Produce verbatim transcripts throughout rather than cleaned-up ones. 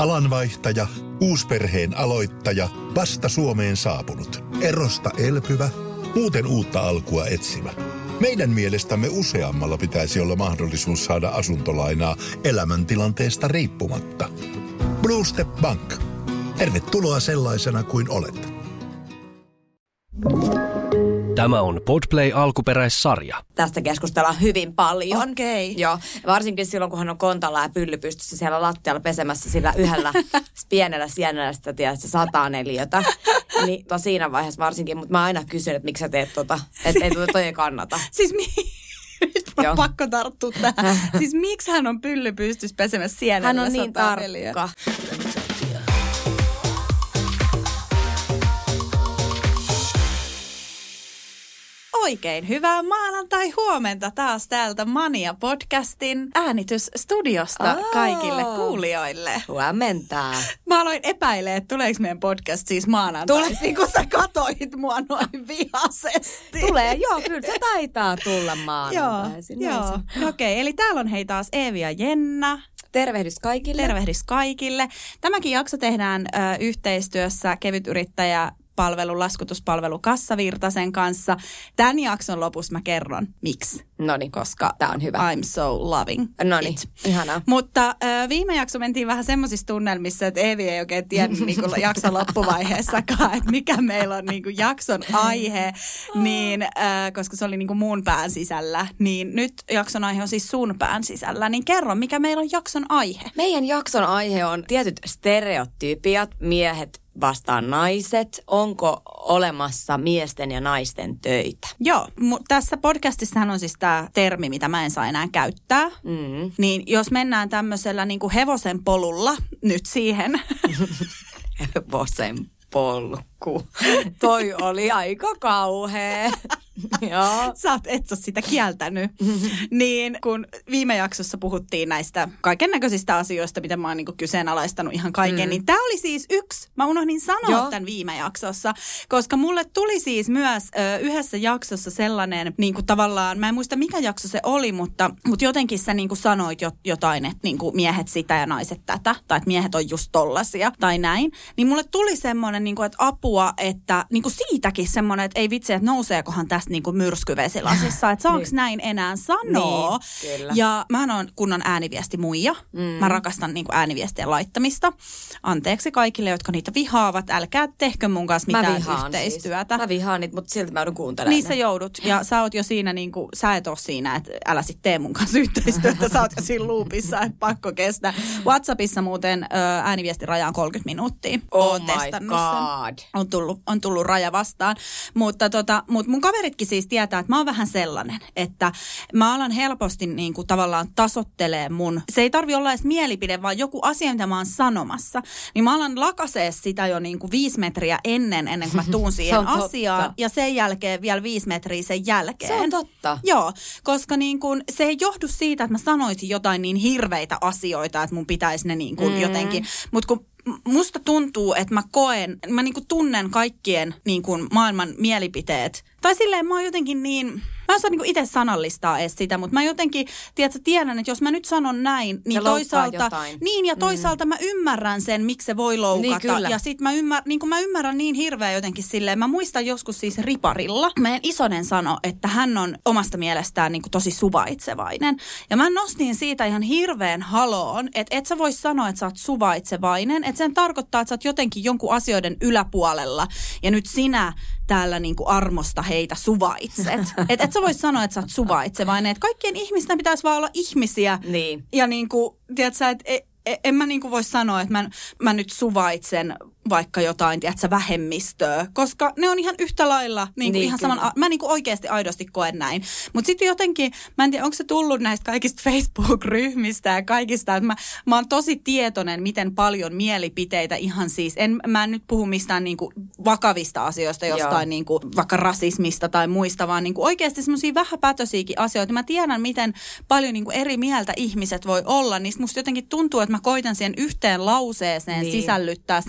Alanvaihtaja, uusperheen aloittaja, vasta Suomeen saapunut, erosta elpyvä, muuten uutta alkua etsimä. Meidän mielestämme useammalla pitäisi olla mahdollisuus saada asuntolainaa elämäntilanteesta riippumatta. Blue Step Bank. Tervetuloa sellaisena kuin olet. Tämä on Podplay-alkuperäissarja. Tästä keskustellaan hyvin paljon. Okei. Okay. Joo, varsinkin silloin, kun hän on kontalla ja pylly pystyssä siellä lattialla pesemässä sillä yhdellä pienellä sienellä sitä, tiedätkö, sataa neliötä. Niin to, siinä vaiheessa varsinkin, mutta mä aina kysyn, että miksi sä teet tota, että ei tota toi ei kannata. Siis mi- nyt mä oon pakko tarttua tähän. Siis miksi hän on pylly pystyssä pesemässä sienellä hän on niin sataa tarkka. neliötä? Oikein hyvää maanantai-huomenta taas täältä Mania-podcastin äänitysstudiosta Aa. kaikille kuulijoille. Huomenta. Mä aloin epäilemään, että tuleeko meidän podcast siis maanantaisin, kun sä katoit mua noin vihaisesti. Tulee, joo, kyllä se taitaa tulla maanantaisin. Joo, joo. Okei, okay, eli täällä on hei taas Eevi ja Jenna. Tervehdys kaikille. Tervehdys kaikille. Tämäkin jakso tehdään ö, yhteistyössä kevytyrittäjä palvelu, laskutuspalvelu Kassavirtasen kanssa. Tämän jakson lopussa mä kerron, miksi. Noniin, koska tää on hyvä. I'm so loving Noniin, it. ihanaa. Mutta äh, viime jakso mentiin vähän semmoisissa tunnelmissa, että Eevi ei oikein tiennyt niin kuin jakson loppuvaiheessakaan, että mikä meillä on niin kuin jakson aihe, niin, äh, koska se oli niin kuin muun pään sisällä. Niin nyt jakson aihe on siis sun pään sisällä. Niin kerro, mikä meillä on jakson aihe? Meidän jakson aihe on tietyt stereotypiat, miehet vastaan naiset. Onko olemassa miesten ja naisten töitä? Joo, mu- tässä podcastissahan on siis tämä termi, mitä mä en saa enää käyttää. Mm. Niin jos mennään tämmöisellä niin kuin hevosen polulla nyt siihen. Hevosen polku. Toi oli aika kauhea. Joo. Sä oot, et ole sitä kieltänyt. Niin kun viime jaksossa puhuttiin näistä kaiken näköisistä asioista, mitä mä oon niinku kyseenalaistanut ihan kaiken, mm. niin tää oli siis yksi. Mä unohdin sanoa Joo. tämän viime jaksossa, koska mulle tuli siis myös ö, yhdessä jaksossa sellainen, niinku tavallaan, mä en muista mikä jakso se oli, mutta, mutta jotenkin sä niinku sanoit jo, jotain, että niinku miehet sitä ja naiset tätä, tai että miehet on just tollasia, tai näin. Niin mulle tuli semmoinen, niinku, että apua, että niinku siitäkin semmoinen, että ei vitsi, että nouseekohan tästä niinku myrskyvesilasissa, että saanko niin. näin enää sanoa. Niin, ja mähän on kunnon ääniviestimuija. Mm. Mä rakastan niinku ääniviestien laittamista. Anteeksi kaikille, jotka niitä vihaavat. Älkää tehkö mun kanssa mitään yhteistyötä. Siis. Mä vihaan niitä, mutta silti mä joudun kuuntelemaan. Niin sä joudut. Ja sä oot jo siinä, niinku, sä et oo siinä, että älä sit tee mun kanssa yhteistyötä. Sä oot jo siinä loopissa, että pakko kestä. WhatsAppissa muuten ö, ääniviestiraja on kolmekymmentä minuuttia. Oh Oon my testannut god. sen. On tullut, on tullut raja vastaan. Mutta tota, mut mun kaveritkin siis tietää, että mä oon vähän sellainen, että mä alan helposti niin kuin tavallaan tasottelee mun, se ei tarvi olla edes mielipide, vaan joku asia, mitä mä oon sanomassa, niin mä alan lakasee sitä jo niin kuin viisi metriä ennen, ennen kuin mä tuun siihen asiaan, ja sen jälkeen vielä viisi metriä sen jälkeen. Se on totta. Joo, koska niin kuin, se ei johdu siitä, että mä sanoisin jotain niin hirveitä asioita, että mun pitäisi ne niin kuin mm. jotenkin, mutta kun musta tuntuu, että mä koen, mä niinku tunnen kaikkien niinku maailman mielipiteet. Tai silleen mä oon jotenkin niin, mä en saa niinku itse sanallistaa edes sitä, mutta mä jotenkin, tiedätkö, tiedän, että jos mä nyt sanon näin, niin se toisaalta, niin ja toisaalta mm. mä ymmärrän sen, miksi se voi loukata. Niin, ja sit mä, ymmär, niin mä ymmärrän niin hirveä jotenkin silleen, mä muistan joskus siis riparilla, meidän isonen sanoi, että hän on omasta mielestään niinku tosi suvaitsevainen. Ja mä nostin siitä ihan hirveän haloon, että et sä vois sanoa, että sä oot suvaitsevainen, että sen tarkoittaa, että sä oot jotenkin jonkun asioiden yläpuolella ja nyt sinä täällä niinku armosta heitä suvaitset. Että et sä vois sanoa, että sä oot suvaitsevainen. Että kaikkien ihmisten pitäisi vaan olla ihmisiä. Niin. Ja niinku, tiedätkö, että e, e, en mä niinku voi sanoa, että mä, mä nyt suvaitsen vaikka jotain, tiedätkö, vähemmistöä, koska ne on ihan yhtä lailla, niin niin, ihan saman, mä niinku oikeasti aidosti koen näin. Mutta sitten jotenkin, mä en tiedä, onko se tullut näistä kaikista Facebook-ryhmistä ja kaikista, että mä, mä oon tosi tietoinen, miten paljon mielipiteitä ihan siis, en, mä en nyt puhu mistään niinku vakavista asioista, jostain niinku, vaikka rasismista tai muista, vaan niinku oikeasti semmoisia vähäpätöisiäkin asioita. Mä tiedän, miten paljon niinku eri mieltä ihmiset voi olla, niin musta jotenkin tuntuu, että mä koitan siihen yhteen lauseeseen niin. sisällyttää sen kaiken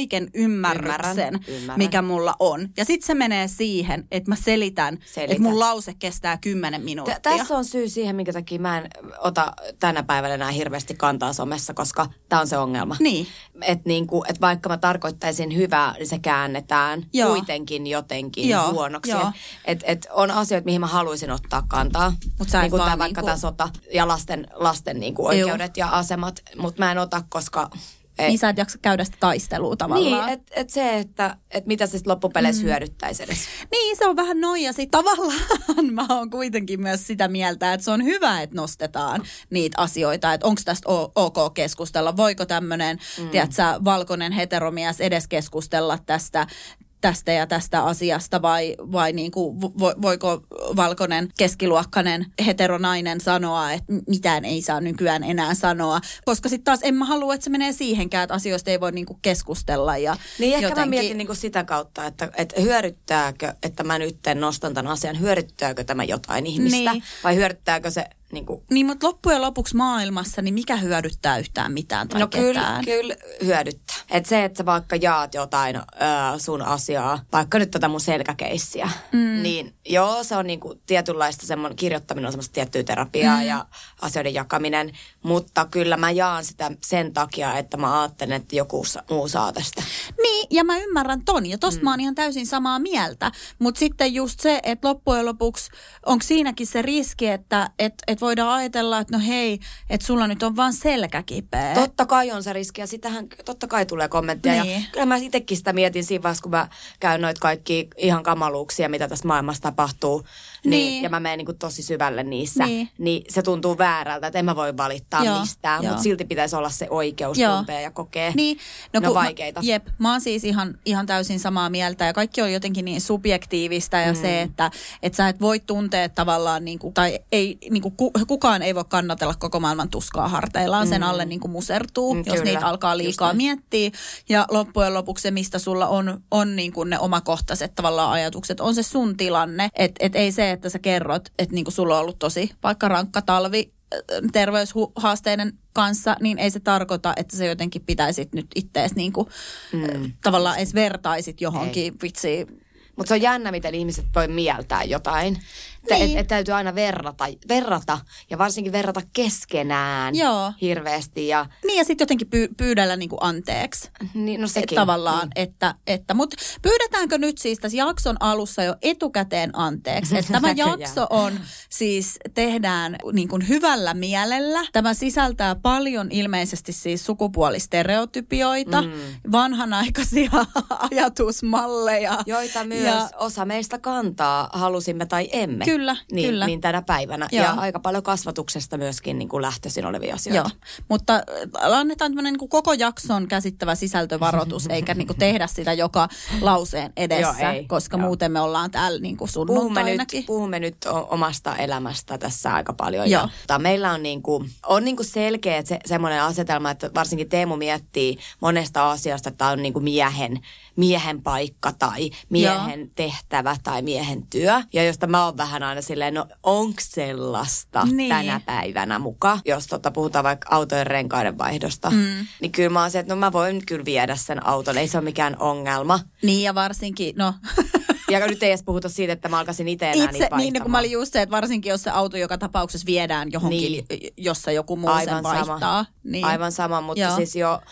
kaiken ymmärryksen, Ymmärrän, ymmärrän. mikä mulla on. Ja sitten se menee siihen, että mä selitän, Selität. että mun lause kestää kymmenen minuuttia. T- tässä on syy siihen, minkä takia mä en ota tänä päivänä enää hirveästi kantaa somessa, koska tää on se ongelma. Niin. Että niinku, et vaikka mä tarkoittaisin hyvää, niin se käännetään Joo. kuitenkin jotenkin Joo, huonoksi. joo. Että et on asioita, mihin mä haluaisin ottaa kantaa. Mut sä et niin kuin vaan tää vaikka niinku- tämä sota ja lasten, lasten niinku oikeudet ja asemat. Mutta mä en ota, koska... Ei. Niin sä et jaksa käydä sitä taistelua tavallaan. Niin, että et se, että et mitä se sitten loppupeleissä mm. hyödyttäisi edes. Niin, se on vähän noin. Ja sitten tavallaan mä oon kuitenkin myös sitä mieltä, että se on hyvä, että nostetaan niitä asioita. Että onko tästä ok keskustella? Voiko tämmöinen, mm. tiedätkö, valkoinen heteromies edes keskustella tästä tästä ja tästä asiasta vai, vai niin kuin, vo, voiko valkoinen keskiluokkainen heteronainen sanoa, että mitään ei saa nykyään enää sanoa. Koska sitten taas en mä halua, että se menee siihenkään, että asioista ei voi niin kuin keskustella. Ja niin ehkä jotenkin... mä mietin niin kuin sitä kautta, että, että hyödyttääkö, että mä nyt nostan tämän asian, hyödyttääkö tämä jotain ihmistä niin. vai hyödyttääkö se... Niin, kuin... niin, mutta loppujen lopuksi maailmassa, niin mikä hyödyttää yhtään mitään tai no ketään? kyllä, kyllä hyödyttää. Että se, että sä vaikka jaat jotain ö, sun asiaa, vaikka nyt tätä mun selkäkeissiä, mm. niin joo, se on niinku tietynlaista semmoinen, kirjoittaminen on semmoista tiettyä terapiaa mm. ja asioiden jakaminen, mutta kyllä mä jaan sitä sen takia, että mä ajattelen, että joku muu saa tästä. Niin, ja mä ymmärrän ton, ja tosta mm. mä oon ihan täysin samaa mieltä, mutta sitten just se, että loppujen lopuksi onko siinäkin se riski, että et, et voidaan ajatella, että no hei, että sulla nyt on vaan selkäkipeä. Totta kai on se riski ja sitähän totta kai tulee kommentteja. Niin. Ja kyllä mä itsekin sitä mietin siinä vaiheessa, kun mä käyn noita kaikki ihan kamaluuksia, mitä tässä maailmassa tapahtuu. Niin. Niin, ja mä menen niin tosi syvälle niissä. Niin. Niin se tuntuu väärältä, että en mä voi valittaa joo, mistään. Mutta silti pitäisi olla se oikeus tuntea ja kokea. Niin. No, ne on vaikeita. Mä, jep, mä oon siis ihan, ihan täysin samaa mieltä. Ja kaikki on jotenkin niin subjektiivista. Ja mm. se, että et sä et voi tuntea tavallaan, niin kuin, tai ei, niin kuin, kukaan ei voi kannatella koko maailman tuskaa harteillaan. Sen mm. alle niin kuin musertuu, mm, jos kyllä. niitä alkaa liikaa miettiä. Ja loppujen lopuksi se, mistä sulla on, on niin kuin ne omakohtaiset tavallaan ajatukset, on se sun tilanne. Että et ei se, että sä kerrot, että niin kuin sulla on ollut tosi vaikka rankka talvi terveyshaasteiden kanssa, niin ei se tarkoita, että sä jotenkin pitäisit nyt ittees niin kuin, mm. tavallaan edes vertaisit johonkin vitsiin. Mutta se on jännä, miten ihmiset voi mieltää jotain. Niin. Että et täytyy aina verrata, verrata ja varsinkin verrata keskenään Joo. hirveästi. Ja... Niin ja sitten jotenkin py- pyydellä niinku anteeksi. Niin, no sekin. Tavallaan, niin. että, että mutta pyydetäänkö nyt siis tässä jakson alussa jo etukäteen anteeksi, että tämä jakso on siis tehdään niin kuin hyvällä mielellä. Tämä sisältää paljon ilmeisesti siis sukupuolistereotypioita, mm. vanhanaikaisia ajatusmalleja. Joita myös ja... osa meistä kantaa, halusimme tai emme. Kyllä, niin, kyllä. Niin tänä päivänä. Joo. Ja aika paljon kasvatuksesta myöskin niin kuin lähtöisin olevia asioita. Joo, mutta annetaan tämmöinen niin kuin koko jakson käsittävä sisältövaroitus, eikä niin kuin tehdä sitä joka lauseen edessä, Joo, ei. koska Joo. muuten me ollaan täällä niin kuin sunnuntainakin. Puhumme nyt, puhumme nyt omasta elämästä tässä aika paljon. Joo. Ja, meillä on, niin kuin, on niin kuin selkeä se, semmoinen asetelma, että varsinkin Teemu miettii monesta asiasta, että tämä on niin kuin miehen, miehen paikka tai miehen Joo. tehtävä tai miehen työ. Ja josta mä oon vähän aina silleen, no onko sellaista niin. tänä päivänä muka, jos tota, puhutaan vaikka autojen renkaiden vaihdosta. Mm. Niin kyllä mä oon se, että no mä voin kyllä viedä sen auton, ei se ole mikään ongelma. Niin ja varsinkin, no... Ja nyt ei edes puhuta siitä, että mä alkaisin itse enää Itse, niitä niin, kun mä olin just se, että varsinkin jos se auto joka tapauksessa viedään johonkin, niin. jossa joku muu Aivan sen vaihtaa. Sama. Niin. Aivan sama, mutta Joo. siis jo...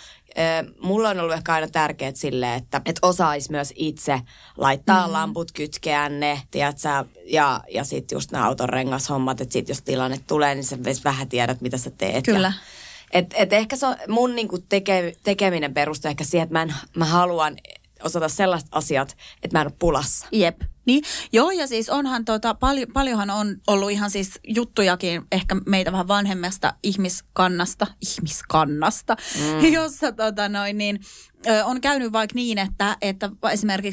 Mulla on ollut ehkä aina tärkeät silleen, että, että osaisi myös itse laittaa mm-hmm. lamput, kytkeä ne, tiedätkö, ja, ja sitten just nämä auton rengashommat, että sitten jos tilanne tulee, niin sä vähän tiedät, mitä sä teet. Kyllä. Että et ehkä se on mun niinku teke, tekeminen perustuu ehkä siihen, että mä, en, mä haluan osata sellaiset asiat, että mä en ole pulassa. Jep. Niin, joo, ja siis onhan tota, pal- paljonhan on ollut ihan siis juttujakin ehkä meitä vähän vanhemmasta ihmiskannasta, ihmiskannasta, mm. jossa tota noin niin, ö, on käynyt vaikka niin, että, että esimerkiksi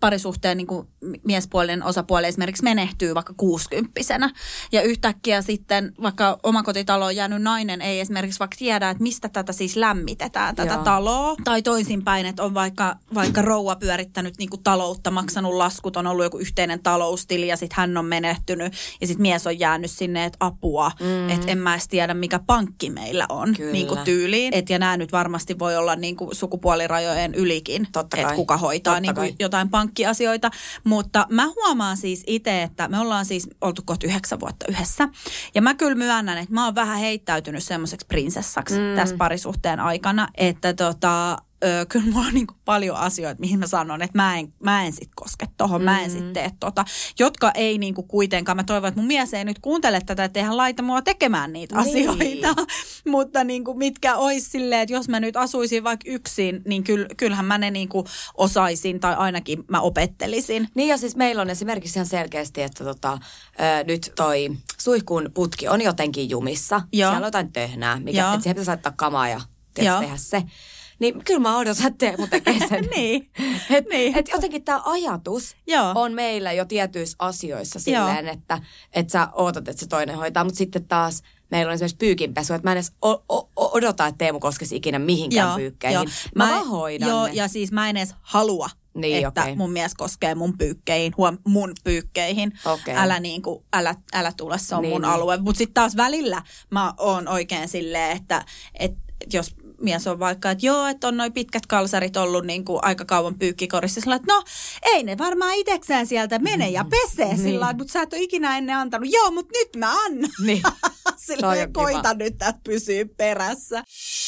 parisuhteen niin kuin miespuolinen osapuoli esimerkiksi menehtyy vaikka kuusikymppisenä. Ja yhtäkkiä sitten vaikka omakotitaloon jäänyt nainen ei esimerkiksi vaikka tiedä, että mistä tätä siis lämmitetään, tätä Joo. taloa. Tai toisinpäin, että on vaikka, vaikka rouva pyörittänyt niin kuin taloutta, maksanut laskut, on ollut joku yhteinen taloustili ja sitten hän on menehtynyt. Ja sitten mies on jäänyt sinne, että apua, mm. että en mä edes tiedä, mikä pankki meillä on niin kuin tyyliin. Et ja nämä nyt varmasti voi olla niin kuin sukupuolirajojen ylikin, että kuka hoitaa niin kuin jotain pankkiasioita. Mutta mä huomaan siis itse, että me ollaan siis oltu kohta yhdeksän vuotta yhdessä. Ja mä kyllä myönnän, että mä oon vähän heittäytynyt semmoiseksi prinsessaksi mm. tässä parisuhteen aikana, että tota... Öö, kyllä mulla on niin kuin paljon asioita, mihin mä sanon, että mä en, mä en sit koske tohon, mm. mä en sit tee tota, jotka ei niin kuin kuitenkaan, mä toivon, että mun mies ei nyt kuuntele tätä, että eihän laita mua tekemään niitä niin. asioita, mutta niin kuin mitkä olisi silleen, että jos mä nyt asuisin vaikka yksin, niin kyll, kyllähän mä ne niin kuin osaisin tai ainakin mä opettelisin. Niin ja siis meillä on esimerkiksi ihan selkeästi, että tota, ö, nyt toi suihkun putki on jotenkin jumissa, Joo. siellä on jotain töhnää, mikä, että siihen pitäisi laittaa kamaa ja tehdä se. Niin kyllä mä odotan, että Teemu tekee sen. niin. Että niin. et jotenkin tämä ajatus Joo. on meillä jo tietyissä asioissa silleen, että et sä ootat, että se toinen hoitaa. Mutta sitten taas meillä on esimerkiksi pyykinpesu, että mä en edes o- o- odota, että Teemu koskisi ikinä mihinkään Joo. pyykkeihin. Jo. Mä, mä vaan hoidan Joo, ne. ja siis mä en edes halua, niin, että okay. mun mies koskee mun pyykkeihin, huom, mun pyykkeihin. Okay. Älä, niinku, älä, älä tule, se on niin, mun niin. alue. Mutta sitten taas välillä mä oon oikein silleen, että et, jos... mies on vaikka, että joo, että on noin pitkät kalsarit ollut niin kuin aika kauan pyykkikorissa. Sillä että no, ei ne varmaan itekseen sieltä mene ja pesee niin. sillä lailla, mutta sä et ole ikinä ennen antanut. Joo, mutta nyt mä annan. Niin. Sillä ja koita nyt, että pysyy perässä.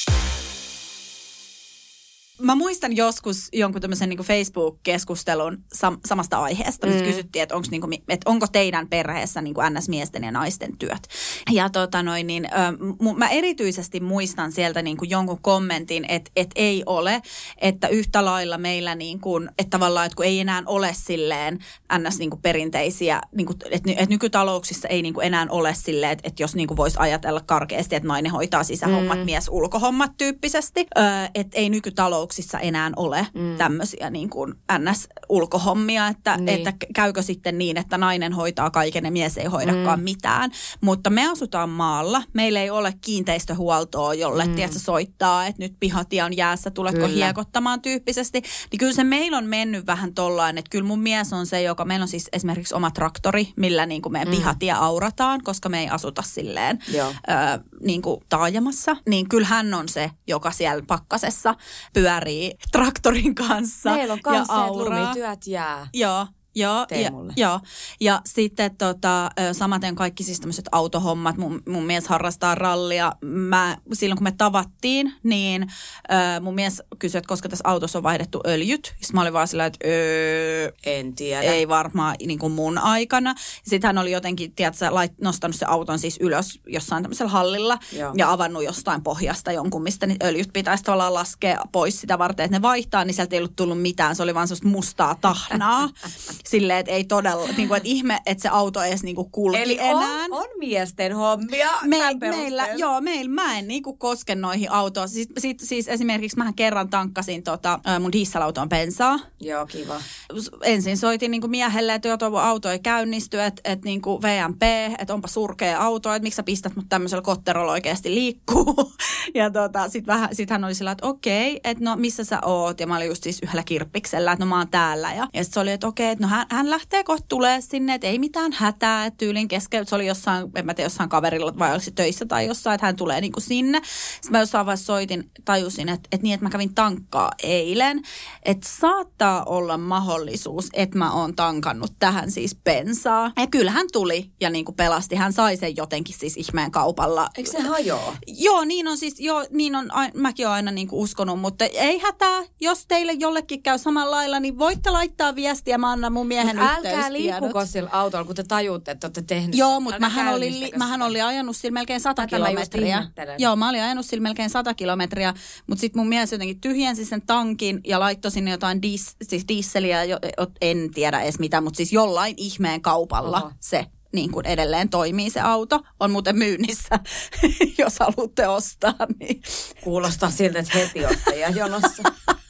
Mä muistan joskus jonkun tämmöisen niin kuin Facebook-keskustelun sam- samasta aiheesta, missä mm. kysyttiin, että, onko, niin kuin, että onko teidän perheessä niin kuin N S-miesten ja naisten työt. Ja tota noin, niin, ö, m- mä erityisesti muistan sieltä niin kuin jonkun kommentin, että, että ei ole, että yhtä lailla meillä, niin kuin, että tavallaan, että kun ei enää ole silleen N S niin kuin perinteisiä, niin kuin, että, että nykytalouksissa ei niin kuin enää ole silleen, että, että jos niin kuin voisi ajatella karkeasti, että nainen hoitaa sisähommat, mm. mies ulkohommat tyyppisesti, ö, että ei nykytalous enää ole mm. tämmöisiä niin kuin N S-ulkohommia, että, niin. että käykö sitten niin, että nainen hoitaa kaiken ja mies ei hoidakaan mm. mitään. Mutta me asutaan maalla, meillä ei ole kiinteistöhuoltoa, jolle mm. tiedätkö, soittaa, että nyt pihatie on jäässä, tuletko kyllä. hiekottamaan tyyppisesti. Niin kyllä se meillä on mennyt vähän tollain, että kyllä mun mies on se, joka, meillä on siis esimerkiksi oma traktori, millä niin kuin meidän mm. pihatie aurataan, koska me ei asuta silleen ö, niin kuin taajamassa. Niin kyllä hän on se, joka siellä pakkasessa pyörii traktorin kanssa. Meillä on kanssa lumityöt jää. Joo. Joo, ja, joo, ja sitten tota, samaten kaikki siis tämmöiset autohommat, mun, mun mies harrastaa rallia. Mä, silloin kun me tavattiin, niin äh, mun mies kysyi, että koska tässä autossa on vaihdettu öljyt. Sitten mä olin vaan sillä, että öö, en tiedä. Ei varmaan niin kuin mun aikana. Sitten hän oli jotenkin, tiedätkö, lait, nostanut se auton siis ylös jossain tämmöisellä hallilla joo. ja avannut jostain pohjasta jonkun, mistä niin öljyt pitäisi tavallaan laskea pois sitä varten, että ne vaihtaa, niin sieltä ei ollut tullut mitään. Se oli vaan semmoista mustaa tahnaa. Silleen, että ei todella, niin kuin, että ihme, että se auto edes niin kuin kulki eli enää. On, on miesten hommia. Me, meillä, joo, meillä mä en niin kuin koske noihin autoon. Siis, siis, siis esimerkiksi mähän kerran tankkasin tota, mun dieselautoon bensaa. Joo, kiva. Ensin soitin niin kuin miehelle, että jo tuo auto ei käynnisty, että, että niin kuin V M P, että onpa surkea auto, että miksi sä pistät mut tämmöisellä kotterolla oikeasti liikkuu. Ja tota, sit, vähän, sit hän oli sillä, että okei, että no missä sä oot? Ja mä olin just siis yhdellä kirppiksellä, että no mä oon täällä. Ja, ja sit se oli, että okei, että no hän, hän lähtee kohta tulee sinne, että ei mitään hätää, että tyylin kesken, se oli jossain, en mä tiedä, jossain kaverilla vai oliko se töissä tai jossain, että hän tulee niin kuin sinne. Sitten mä jossain vaiheessa soitin, tajusin, että, että niin, että mä kävin tankkaa eilen, että saattaa olla mahdollisuus, että mä oon tankannut tähän siis bensaa. Ja kyllä hän tuli ja niin kuin pelasti, hän sai sen jotenkin siis ihmeen kaupalla. Eikö se hajoa? Joo, niin on siis, joo, niin on, mäkin olen aina niin kuin uskonut, mutta ei hätää, jos teille jollekin käy samalla lailla, niin voitte laittaa viestiä, mä annan mun miehen yhteystiedot. Älkää liikkuko sillä autolla, kun te tajuutte, että olette tehnyt. Joo, mutta mähän olin, mähän olin ajanut sillä melkein sata kilometriä. Joo, mä olin ajanut sillä melkein sata kilometriä, mutta sitten mun mies jotenkin tyhjensi sen tankin ja laittoi sinne jotain diis, siis dieseliä, jo, en tiedä edes mitä, mutta siis jollain ihmeen kaupalla Oho. se niin kuin edelleen toimii se auto. On muuten myynnissä, jos haluatte ostaa. Niin. Kuulostaa siltä, että heti ostajia jonossa.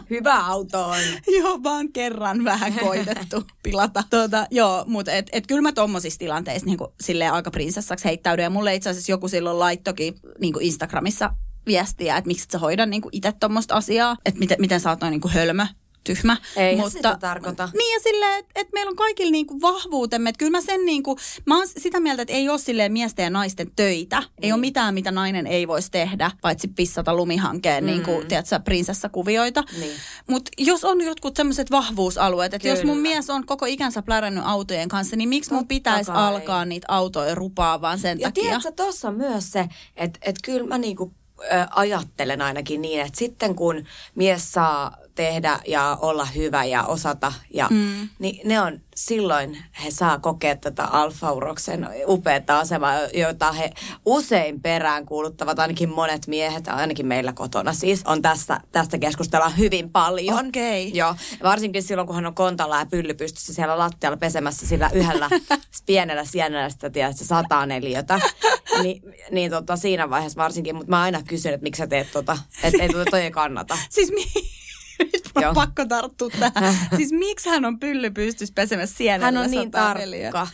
Hyvä auto on. Joo, vaan kerran vähän koitettu pilata. Tuota, joo, mutta et, et kyllä mä tommosissa tilanteissa niin silleen aika prinsessaksi heittäydyn. Ja mulle itse asiassa joku silloin laittokin niin Instagramissa viestiä, että miksi et sä hoida niin itse tommoista asiaa. Että miten, miten sä oot noin niin hölmö. Tyhmä. Ei mutta, sitä tarkoita. Niin ja silleen, että et meillä on kaikilla niinku vahvuutemme. Että kyllä mä sen niinku, mä oon sitä mieltä, että ei ole silleen miesten ja naisten töitä. Niin. Ei ole mitään, mitä nainen ei voisi tehdä, paitsi pissata lumihankeen mm. niinku, tiedätkö, prinsessakuvioita. Niin. Mutta jos on jotkut semmoiset vahvuusalueet, että jos mun mies on koko ikänsä plärännyt autojen kanssa, niin miksi mun pitäisi alkaa niitä autoja rupaa vaan sen ja takia? Ja tiedätkö, tuossa on myös se, että et kyllä mä niinku Ö, ajattelen ainakin niin, että sitten kun mies saa tehdä ja olla hyvä ja osata, ja, mm. niin ne on silloin he saa kokea tätä alfauroksen upeata asemaa, jota he usein perään kuuluttavat, ainakin monet miehet, ainakin meillä kotona siis, on tästä, tästä keskustellaan hyvin paljon. Okei. Joo, varsinkin silloin, kun hän on kontalla ja pylly pystyssä siellä lattialla pesemässä sillä yhdellä pienellä sienellä sitä, tiedät, sataa neliötä, niin, niin tota, siinä vaiheessa varsinkin, mutta mä aina kysyn, että miksi sä teet tota, että ei toi ei kannata. Siis mi- Nyt mä oon pakko tarttua tähän. Siis miksi hän on pylly pystyssä pesemässä sienellä? Hän on niin tarkka.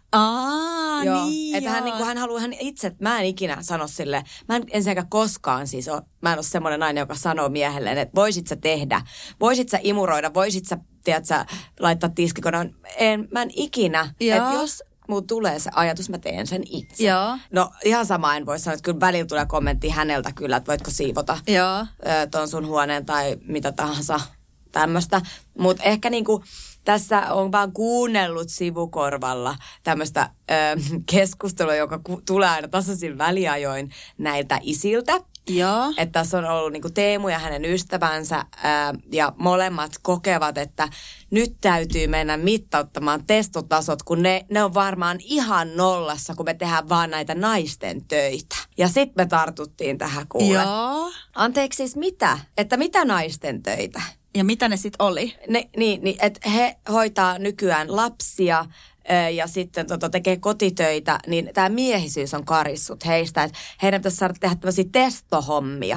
Aa, joo. niin Että hän, niin kuin, hän haluaa hän itse, mä en ikinä sano silleen, mä en ensinnäkään koskaan siis ole, mä en ole semmoinen nainen, joka sanoo miehelleen, että voisit sä tehdä, voisit sä imuroida, voisit sä, tiedät sä, laittaa tiskikonon. En, mä en ikinä, että jos mulla tulee se ajatus, mä teen sen itse. Joo. No ihan sama en voi sanoa, että kyllä välillä tulee kommentti häneltä kyllä, että voitko siivota Joo. ton sun huoneen tai mitä tahansa tämmöistä. Mutta ehkä niinku tässä on vaan kuunnellut sivukorvalla tämmöistä keskustelua, joka ku- tulee aina tasaisin väliajoin näiltä isiltä. Joo. Että tässä on ollut niinku Teemu ja hänen ystävänsä ää, ja molemmat kokevat, että nyt täytyy mennä mittauttamaan testotasot, kun ne, ne on varmaan ihan nollassa, kun me tehdään vaan näitä naisten töitä. Ja sitten me tartuttiin tähän kuule. Joo. Anteeksi siis mitä? Että mitä naisten töitä? Ja mitä ne sitten oli? Ne, niin, niin että he hoitaa nykyään lapsia ja sitten tota, tekee kotitöitä, niin tämä miehisyys on karissut heistä, että heidän pitäisi saada tehdä tämmöisiä testohommia.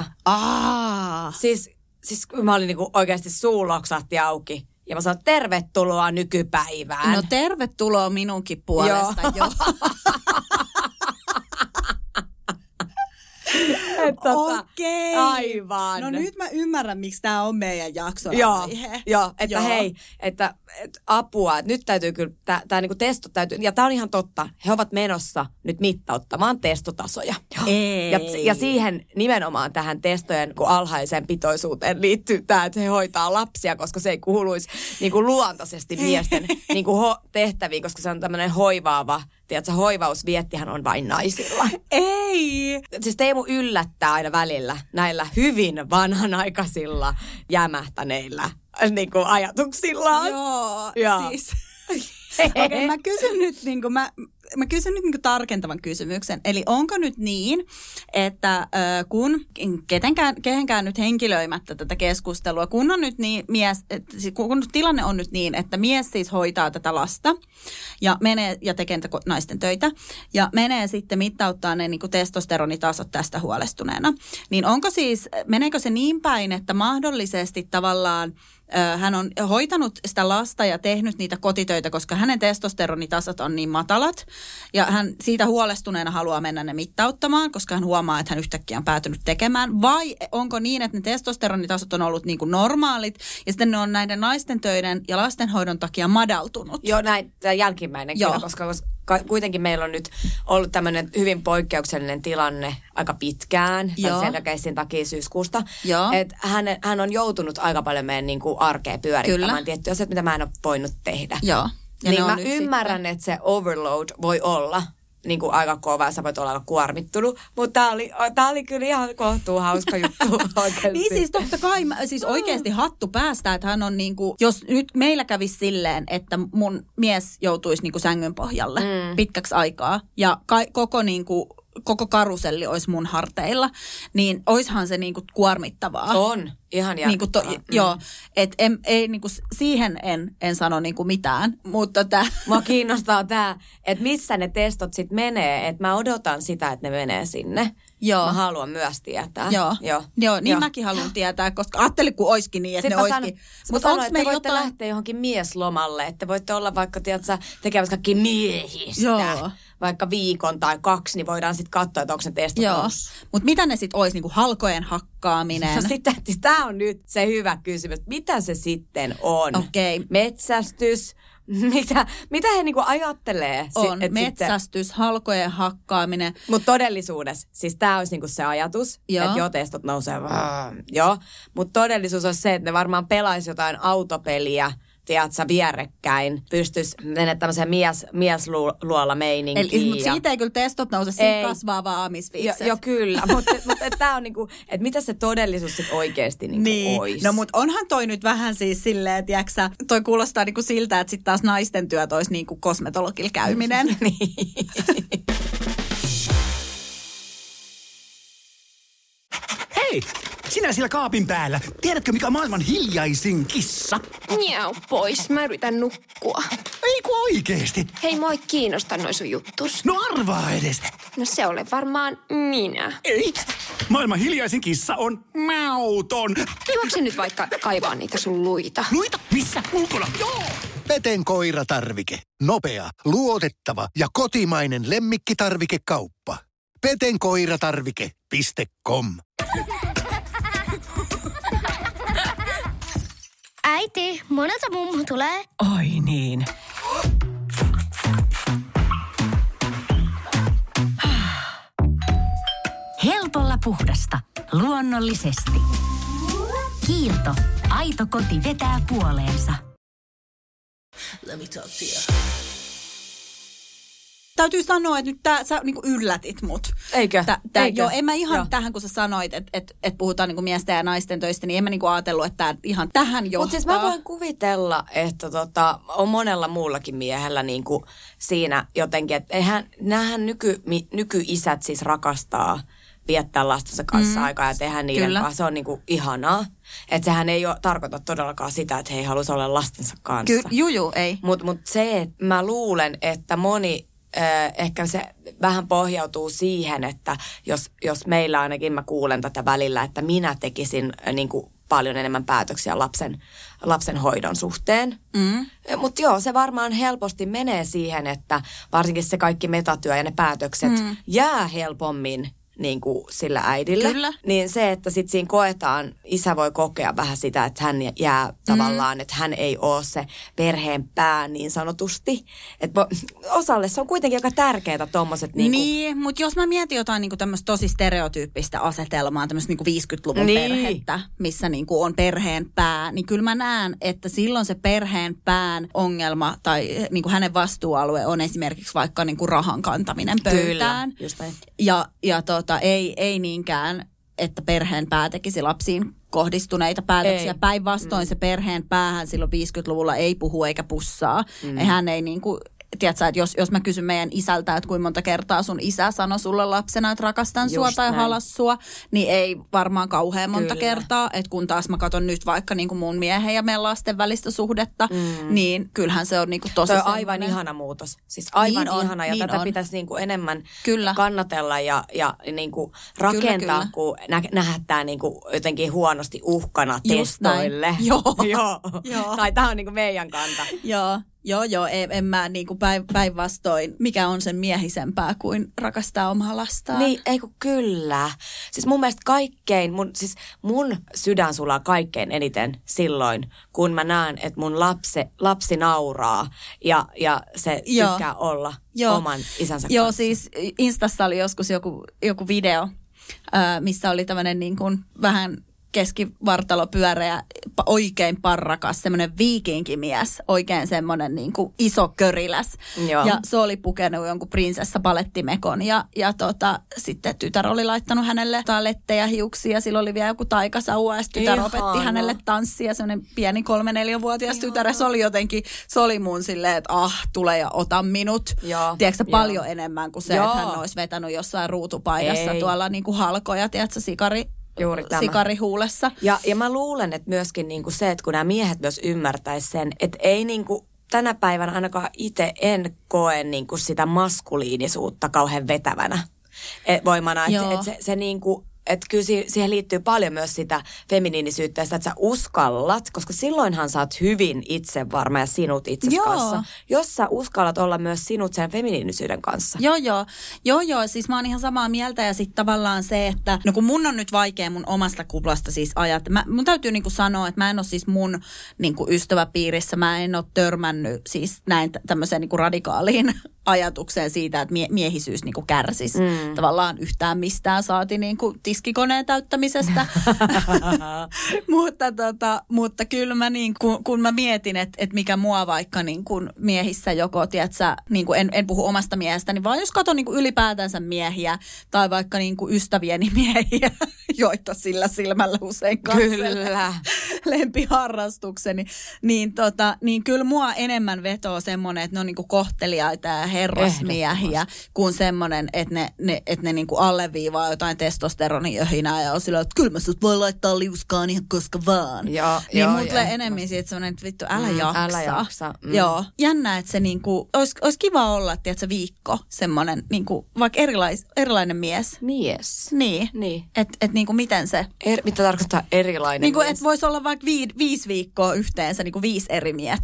Aa. Siis, siis mä olin niinku oikeasti suu loksahti auki. Ja mä sanoin, tervetuloa nykypäivään. No tervetuloa minunkin puolesta. Joo. Jo. Tota, Okei. Aivan. No nyt mä ymmärrän, miksi tää on meidän jakson Joo, aihe. joo, että Joo. hei, että, että apua, että nyt täytyy kyllä, tää niinku testo täytyy, ja tää on ihan totta, he ovat menossa nyt mittauttamaan testotasoja. Ei. Ja, ja siihen nimenomaan tähän testojen kun alhaiseen pitoisuuteen liittyy tämä, että he hoitaa lapsia, koska se ei kuuluisi niinku luontaisesti miesten niinku ho- tehtäviin, koska se on tämmöinen hoivaava, tiedätkö, hoivausviettihän on vain naisilla. Ei. Siis Teemu yllättää aina välillä näillä hyvin vanhanaikaisilla jämähtäneillä niin kuin ajatuksillaan. Joo, Joo. siis. Okei, okay, mä kysyn nyt, niin kuin, mä, mä kysyn nyt niin kuin tarkentavan kysymyksen. Eli onko nyt niin, että äh, kun ketenkään, kehenkään nyt henkilöimättä tätä keskustelua, kun on nyt niin mies, et, kun tilanne on nyt niin, että mies siis hoitaa tätä lasta ja menee ja tekee naisten töitä ja menee sitten mittauttaa ne niin kuin testosteronitasot tästä huolestuneena, niin onko siis, meneekö se niin päin, että mahdollisesti tavallaan hän on hoitanut sitä lasta ja tehnyt niitä kotitöitä, koska hänen testosteronitasot on niin matalat. Ja hän siitä huolestuneena haluaa mennä ne mittauttamaan, koska hän huomaa, että hän yhtäkkiä on päätynyt tekemään. Vai onko niin, että ne testosteronitasot on ollut niin kuin normaalit ja sitten ne on näiden naisten töiden ja lastenhoidon takia madaltunut? Joo, näin, tämä jälkimmäinen kyllä, koska kuitenkin meillä on nyt ollut tämmöinen hyvin poikkeuksellinen tilanne aika pitkään, sen takia syyskuusta. Että hän, hän on joutunut aika paljon meidän niin kuin arkea pyörittämään Kyllä. tiettyjä asioita, mitä mä en ole voinut tehdä. Joo. Ja niin mä ymmärrän, sitten. että se overload voi olla niin kuin aika kova ja sä voit olla aika kuormittunut, mutta tää oli, tää oli kyllä ihan kohtuu hauska juttu oikeasti. Niin siis totta kai, siis oikeasti hattu päästä, että hän on niin kuin, jos nyt meillä kävisi silleen, että mun mies joutuisi niin kuin sängyn pohjalle mm. pitkäksi aikaa ja ka- koko niin kuin koko karuselli olisi mun harteilla, niin oishan se niinku kuormittavaa. On, ihan järkyttävää. Niinku to, mm. Joo, että niinku siihen en, en sano niinku mitään, mutta tää... Mua kiinnostaa tää, että missä ne testot sit menee, että mä odotan sitä, että ne menee sinne. Joo. Mä haluan myös tietää. Joo, Joo. Joo niin Joo. mäkin haluan tietää, koska ajattelin, kun olisikin niin, että Sitten ne mä sanon, olisikin. Mutta Mutta onko että meillä voitte jotain... lähteä johonkin mieslomalle, että voitte olla vaikka, tiedätkö, tekemässä kaikki miehistä. Joo. Vaikka viikon tai kaksi, niin voidaan sitten katsoa, että onko ne testat Joo, noussut. mutta mitä ne sitten olisi, niinku halkojen hakkaaminen? No sitten, tämä on nyt se hyvä kysymys. Mitä se sitten on? Okei. Metsästys? Mitä, mitä he niinku ajattelee? On metsästys, sitten... halkojen hakkaaminen. Mutta todellisuudessa, siis tämä olisi niinku se ajatus, Joo. että joo, testot nousee. Vaan. Joo, mutta todellisuus on se, että ne varmaan pelaisi jotain autopeliä, tiedätkö, vierekkäin, pystyisi mennä tämmöiseen mies, miesluola meininkiin. Eli, mutta ja... siitä ei kyllä testot nouse, siitä kasvaa vaan aamisviikset. Joo, jo, kyllä, mutta mut, tämä on niinku, että mitä se todellisuus sitten oikeasti niinku niin. olisi. No mutta onhan toi nyt vähän siis silleen, että jäksä, toi kuulostaa niinku siltä, että sitten taas naisten työt olisi niinku kosmetologilla käyminen. Niin. Hei, sinä siellä kaapin päällä. Tiedätkö, mikä on maailman hiljaisin kissa? Miau pois, mä yritän nukkua. Ei kun oikeesti. Hei, moi kiinnosta noi sun juttus. No arvaa edes. No se ole varmaan minä. Ei. Maailman hiljaisin kissa on mauton. Juokse nyt vaikka kaivaa niitä sun luita. Luita? Missä? Ulkona? Joo. Peten koiratarvike. Nopea, luotettava ja kotimainen lemmikkitarvikekauppa. peten koiratarvike piste com. Äiti, monelta mummu tulee? Oi niin. Helpolla puhdasta. Luonnollisesti. Kiilto. Aito koti vetää puoleensa. Let me talk to you. Täytyy sanoa, että nyt tää, sä niinku yllätit mut. Eikö? Tää, tää, Eikö? Joo, en mä ihan Joo. tähän, kun sä sanoit, että et, et puhutaan niinku miesten ja naisten töistä, niin en mä niinku ajatellut, että tää ihan tähän johtaa. Mutta siis mä voin kuvitella, että tota, on monella muullakin miehellä niinku siinä jotenkin, että eihän, näähän nyky, mi, nykyisät siis rakastaa viettää lastensa kanssa mm. aikaa ja tehdä niiden Kyllä. kanssa. Se on niinku ihanaa. Että sehän ei ole, tarkoita todellakaan sitä, että he ei haluaisi olla lastensa kanssa. Kyllä, juu, juu, ei. Mutta mut se, että mä luulen, että moni... Ehkä se vähän pohjautuu siihen, että jos, jos meillä ainakin mä kuulen tätä välillä, että minä tekisin niin kuin paljon enemmän päätöksiä lapsen, lapsen hoidon suhteen. Mm. Mutta joo, se varmaan helposti menee siihen, että varsinkin se kaikki metatyö ja ne päätökset mm. jää helpommin niin kuin sillä äidillä. Kyllä. Niin se, että sitten siinä koetaan, isä voi kokea vähän sitä, että hän jää tavallaan, mm. että hän ei ole se perheen pää niin sanotusti. Että osalle se on kuitenkin aika tärkeää tommoset niin kuin... Niin, mutta jos mä mietin jotain niinku tämmöistä tosi stereotyyppistä asetelmaa, tämmöistä niinku viisikymmentäluvun Niin. perhettä, missä niinku on perheen pää, niin kyllä mä näen, että silloin se perheen pään ongelma tai niinku hänen vastuualue on esimerkiksi vaikka niinku rahan kantaminen pöytään. Kyllä, just näin. Ja, ja tota, ei, ei niinkään, että perheen pää tekisi lapsiin kohdistuneita päätöksiä. Ei. Päinvastoin mm. se perheen päähän silloin viisikymmentäluvulla ei puhu eikä pussaa. Mm. Hän ei niinku... Tiedätkö, että jos, jos mä kysyn meidän isältä, että kuinka monta kertaa sun isä sanoi sulle lapsena, että rakastan sua Just tai näin. halas sua, niin ei varmaan kauhean monta Kyllä. kertaa. Että kun taas mä katson nyt vaikka niin kuin mun miehen ja meidän lasten välistä suhdetta, mm. niin kyllähän se on niin kuin tosi Se on semmoinen... aivan ihana muutos. Siis aivan Niin on, ihana ja niin tätä on. pitäisi niin kuin enemmän Kyllä. kannatella ja, ja niin kuin rakentaa, Kyllä, kyllä. kun nä- nähdään niin kuin jotenkin huonosti uhkana Just näin. testoille. Joo. Joo. Joo. Tai tämä on niin kuin meidän kanta. Joo, joo, joo, en, en mä niin kuin päin, päinvastoin, mikä on sen miehisempää kuin rakastaa omaa lastaan. Niin, ei kun kyllä. Siis mun mielestä kaikkein, mun, siis mun sydän sulaa kaikkein eniten silloin, kun mä näen, että mun lapsi, lapsi nauraa ja, ja se Joo. tykkää olla Joo. oman isänsä Joo, kanssa. siis Instassa oli joskus joku, joku video, ää, missä oli tämmöinen niin kuin vähän keskivartalopyöreä, pa- oikein parrakas, semmoinen viikinkimies, oikein semmoinen niin kuin iso köriläs. Joo. Ja se oli pukenut jonkun prinsessa palettimekon ja, ja tota, sitten tytär oli laittanut hänelle lettejä hiuksia, sillä oli vielä joku taikasauva ja sitten tytär Ihana. opetti hänelle tanssia, semmoinen pieni kolme-neljävuotias tytär. Se oli jotenkin, se oli mun silleen, että ah, tule ja ota minut. Joo. Tiedätkö Joo. paljon enemmän kuin se, Joo. että hän olisi vetänyt jossain ruutupaidassa Ei. tuolla niin kuin halkoja, tiedätkö, sikari, Juuri tämä. sikarihuulessa. Ja, ja mä luulen, että myöskin niinku se, että kun nämä miehet myös ymmärtäisi sen, että ei niinku tänä päivänä ainakaan itse en koe niinku sitä maskuliinisuutta kauhean vetävänä. et, voimana. Että et se, se niinku, että kyllä siihen liittyy paljon myös sitä feminiinisyyttä, sitä, että sä uskallat, koska silloinhan sä oot hyvin itsevarma ja sinut itsesi kanssa. Jos sä uskallat olla myös sinut sen feminiinisyyden kanssa. Joo, joo. Joo, joo. Siis mä oon ihan samaa mieltä ja sitten tavallaan se, että no kun mun on nyt vaikea mun omasta kuplasta siis ajat. Mä, mun täytyy niinku sanoa, että mä en ole siis mun niinku ystäväpiirissä, mä en ole törmännyt siis näin tämmöiseen niinku radikaaliin ajatukseen siitä, että mie- miehisyys niinku kärsisi mm. tavallaan yhtään mistään, saati niinku tiskikoneen täyttämisestä. mutta, tota, mutta kyllä mä niinku, kun mä mietin, että et mikä mua vaikka niinku miehissä joko, tiedätkö, niinku en, en puhu omasta miehestäni, vaan jos katson niinku ylipäätänsä miehiä tai vaikka niinku ystävieni miehiä, joita sillä silmällä usein kyllä lempiharrastukseni, niin, tota, niin kyllä mua enemmän vetoo semmoinen, että ne on niinku kohteliaita ja herrasmiehiä kuin semmoinen, että ne, ne, että ne niinku alleviivaa jotain testosteronijöhinää ja on sillä, että kyllä mä sut voi laittaa liuskaan ihan koska vaan. Joo, niin joo, mulla tulee joo, enemmän siitä semmoinen, että vittu älä mm, jaksa. Älä jaksa. Mm. Joo. Jännä, että se niinku, olisi, olisi kiva olla, tiedätkö, viikko semmoinen, niinku, vaikka erilais, erilainen mies. Mies. Niin. niin. Että et, niinku miten se. Er, mitä tarkoittaa erilainen niinku, mies? Että voisi olla vaikka vii, viisi viikkoa yhteensä, niinku viisi eri miestä.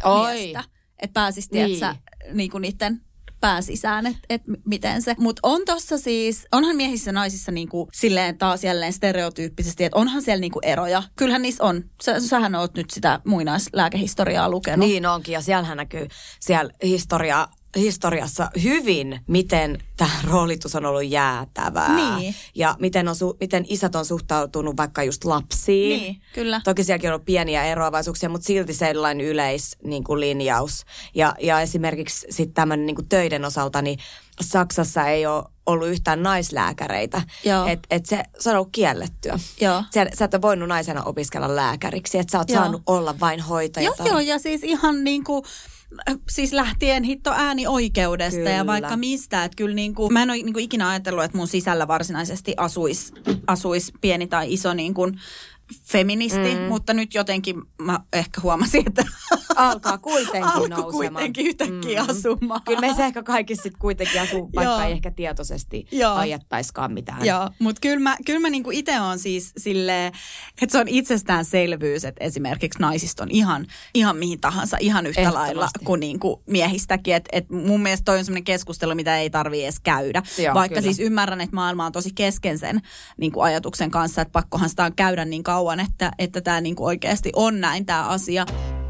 Että pääsisi, tiedätkö, niin. niinku niiden pääsisään, että et miten se. Mutta on tossa siis, onhan miehissä ja naisissa niinku silleen taas jälleen stereotyyppisesti, että onhan siellä niinku eroja. Kyllähän niissä on. Sä, sähän oot nyt sitä muinaislääkehistoriaa lukenut. Niin onkin, ja siellähän näkyy siellä historia, historiassa hyvin, miten tämä roolitus on ollut jäätävää. Niin. Ja miten, on, miten isät on suhtautunut vaikka just lapsiin. Niin, kyllä. Toki sielläkin on ollut pieniä eroavaisuuksia, mutta silti sellainen yleis niin kuin linjaus. Ja, ja esimerkiksi sitten tämmöinen niin kuin töiden osalta, niin Saksassa ei ole ollut yhtään naislääkäreitä. Että et se, se on ollut kiellettyä. Joo. Sä, sä et ole voinut naisena opiskella lääkäriksi, että sä oot joo. saanut olla vain hoitaja. Joo, joo, ja siis ihan niin kuin siis lähtien hitto äänioikeudesta kyllä. ja vaikka mistä. Että kyllä niin kuin, mä en ole niin kuin ikinä ajatellut, että mun sisällä varsinaisesti asuisi asuis pieni tai iso niin kuin feministi, mm. mutta nyt jotenkin mä ehkä huomasin, että alkaa kuitenkin alkoi nousemaan. kuitenkin yhtäkkiä mm. asumaan. Kyllä me se ehkä kaikki sitten kuitenkin asuu, vaikka ei ehkä tietoisesti Joo. ajattaiskaan mitään. Joo, mutta kyllä mä, kyllä mä niinku itse on siis silleen, että se on itsestäänselvyys, että esimerkiksi naisista on ihan, ihan mihin tahansa, ihan yhtä lailla kuin niinku miehistäkin. Että et mun mielestä toi on semmoinen keskustelu, mitä ei tarvitse edes käydä. Joo, vaikka kyllä. Siis ymmärrän, että maailma on tosi kesken sen niinku ajatuksen kanssa, että pakkohan sitä on käydä niin kauan, että että tämä niinku oikeasti on näin tämä asia.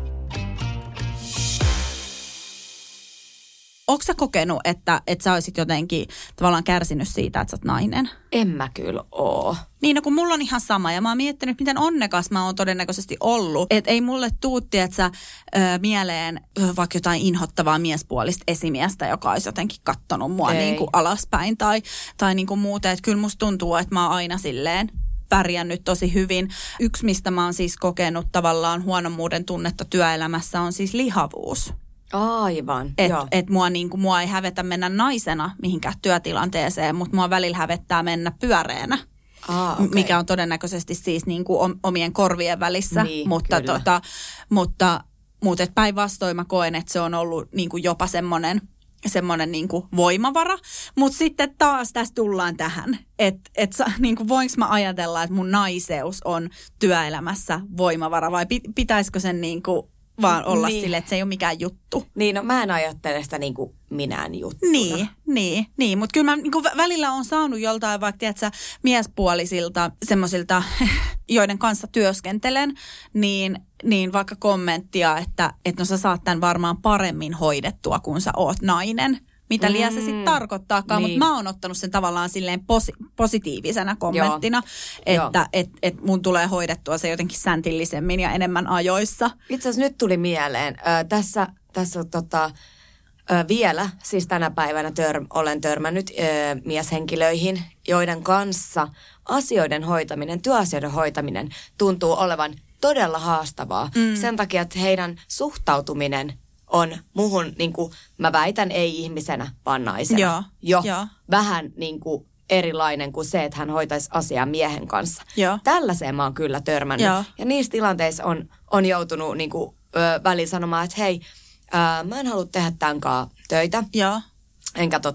Ootko sä kokenut, että, että sä olisit jotenkin tavallaan kärsinyt siitä, että sä oot nainen? En mä kyllä oo. Niin, no kun mulla on ihan sama ja mä oon miettinyt, miten onnekas mä oon todennäköisesti ollut. Että ei mulle tuu, että sä ö, mieleen ö, vaikka jotain inhottavaa miespuolista esimiestä, joka olisi jotenkin kattonut mua niin kuin alaspäin tai, tai niin kuin muuta. Että kyllä musta tuntuu, että mä oon aina silleen pärjännyt tosi hyvin. Yksi, mistä mä oon siis kokenut tavallaan huonommuuden tunnetta työelämässä, on siis lihavuus. Aivan, et, joo. Et mua, niin kuin, mua ei hävetä mennä naisena mihinkään työtilanteeseen, mutta mua välillä hävettää mennä pyöreänä. Ah, okay. Mikä on todennäköisesti siis niin kuin omien korvien välissä. Niin, mutta, tota, mutta, mutta päinvastoin mä koen, että se on ollut niin kuin jopa semmoinen semmoinen niin kuin voimavara. Mutta sitten taas tässä tullaan tähän, että et, niin kuin voinko mä ajatella, että mun naiseus on työelämässä voimavara vai pitäisikö sen niin kuin vaan olla niin. Silleen, että se ei ole mikään juttu. Niin, no mä en ajattele sitä niin kuin minään juttuna. Niin, niin, niin. Mutta kyllä mä niin kuin välillä on saanut joltain vaikka, tiedätkö, miespuolisilta semmoisilta, joiden kanssa työskentelen, niin, niin vaikka kommenttia, että, että no sä saat tämän varmaan paremmin hoidettua, kun sä oot nainen. Mitä mm. liian se sitten tarkoittaakaan, niin. Mutta mä oon ottanut sen tavallaan silleen posi- positiivisena kommenttina, Joo. että et, et mun tulee hoidettua se jotenkin säntillisemmin ja enemmän ajoissa. Itse asiassa nyt tuli mieleen, ö, tässä, tässä tota, ö, vielä, siis tänä päivänä tör, olen törmännyt ö, mieshenkilöihin, joiden kanssa asioiden hoitaminen, työasioiden hoitaminen tuntuu olevan todella haastavaa. Mm. Sen takia, että heidän suhtautuminen on muhun, niin kuin mä väitän, ei ihmisenä, vaan naisena. Joo, jo jo. Vähän niin kuin erilainen kuin se, että hän hoitaisi asiaa miehen kanssa. Joo. Tällaiseen mä oon kyllä törmännyt. Joo. Ja niissä tilanteissa on, on joutunut niin kuin, ö, väliin sanomaan, että hei, ö, mä en halua tehdä tämän kanssa töitä. Joo. Enkä tota,